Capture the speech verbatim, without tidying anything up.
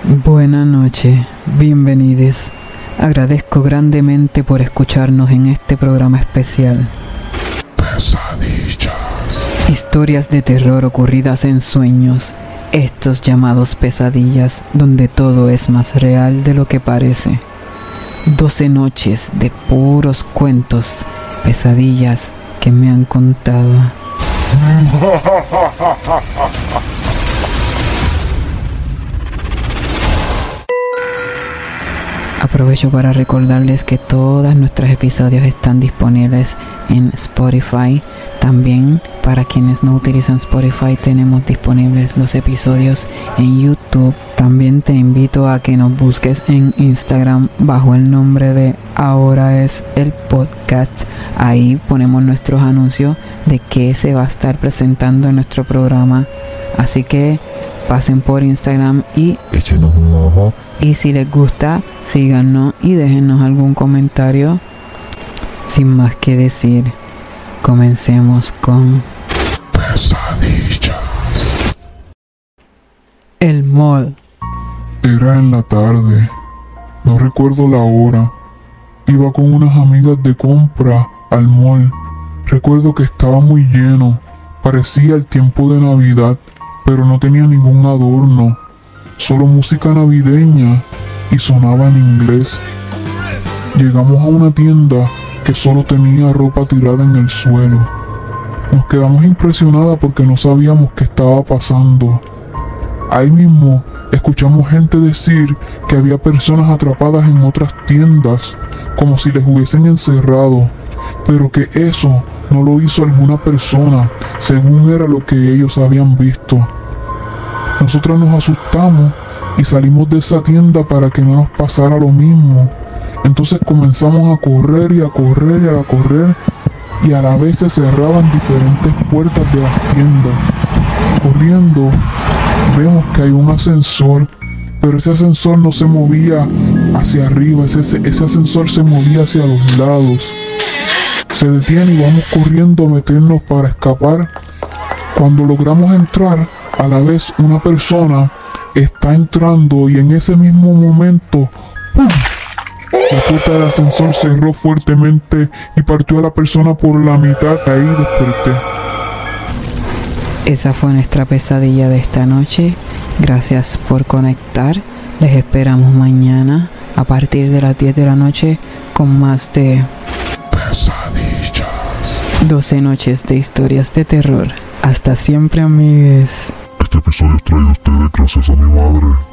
Buenas noches, bienvenidos. Agradezco grandemente por escucharnos en este programa especial. Pesadillas. Historias de terror ocurridas en sueños, estos llamados pesadillas, donde todo es más real de lo que parece. Doce noches de puros cuentos, pesadillas que me han contado. Aprovecho para recordarles que todos nuestros episodios están disponibles en Spotify. También para quienes no utilizan Spotify tenemos disponibles los episodios en YouTube. También te invito a que nos busques en Instagram bajo el nombre de Ahora es el Podcast. Ahí ponemos nuestros anuncios de qué se va a estar presentando en nuestro programa. Así que pasen por Instagram y échenos un ojo. Y si les gusta, síganos y déjennos algún comentario. Sin más que decir, comencemos con Pesadillas. El mall. Era en la tarde, no recuerdo la hora. Iba con unas amigas de compra al mall. Recuerdo que estaba muy lleno, parecía el tiempo de Navidad, pero no tenía ningún adorno, solo música navideña y sonaba en inglés. Llegamos a una tienda que solo tenía ropa tirada en el suelo. Nos quedamos impresionadas porque no sabíamos qué estaba pasando. Ahí mismo escuchamos gente decir que había personas atrapadas en otras tiendas, como si les hubiesen encerrado, pero que eso no lo hizo alguna persona, según era lo que ellos habían visto. Nosotros nos asustamos y salimos de esa tienda para que no nos pasara lo mismo. Entonces comenzamos a correr y a correr y a correr, y a la vez se cerraban diferentes puertas de las tiendas. Corriendo, vemos que hay un ascensor, pero ese ascensor no se movía hacia arriba, ese, ese ascensor se movía hacia los lados. Se detiene y vamos corriendo a meternos para escapar. Cuando logramos entrar, a la vez una persona está entrando y en ese mismo momento, ¡pum!, la puerta del ascensor cerró fuertemente y partió a la persona por la mitad. Ahí desperté. Esa fue nuestra pesadilla de esta noche. Gracias por conectar. Les esperamos mañana a partir de las diez de la noche con más de Pesadillas. doce noches de historias de terror. Hasta siempre, amigues. Este episodio es traído a ustedes gracias a mi madre.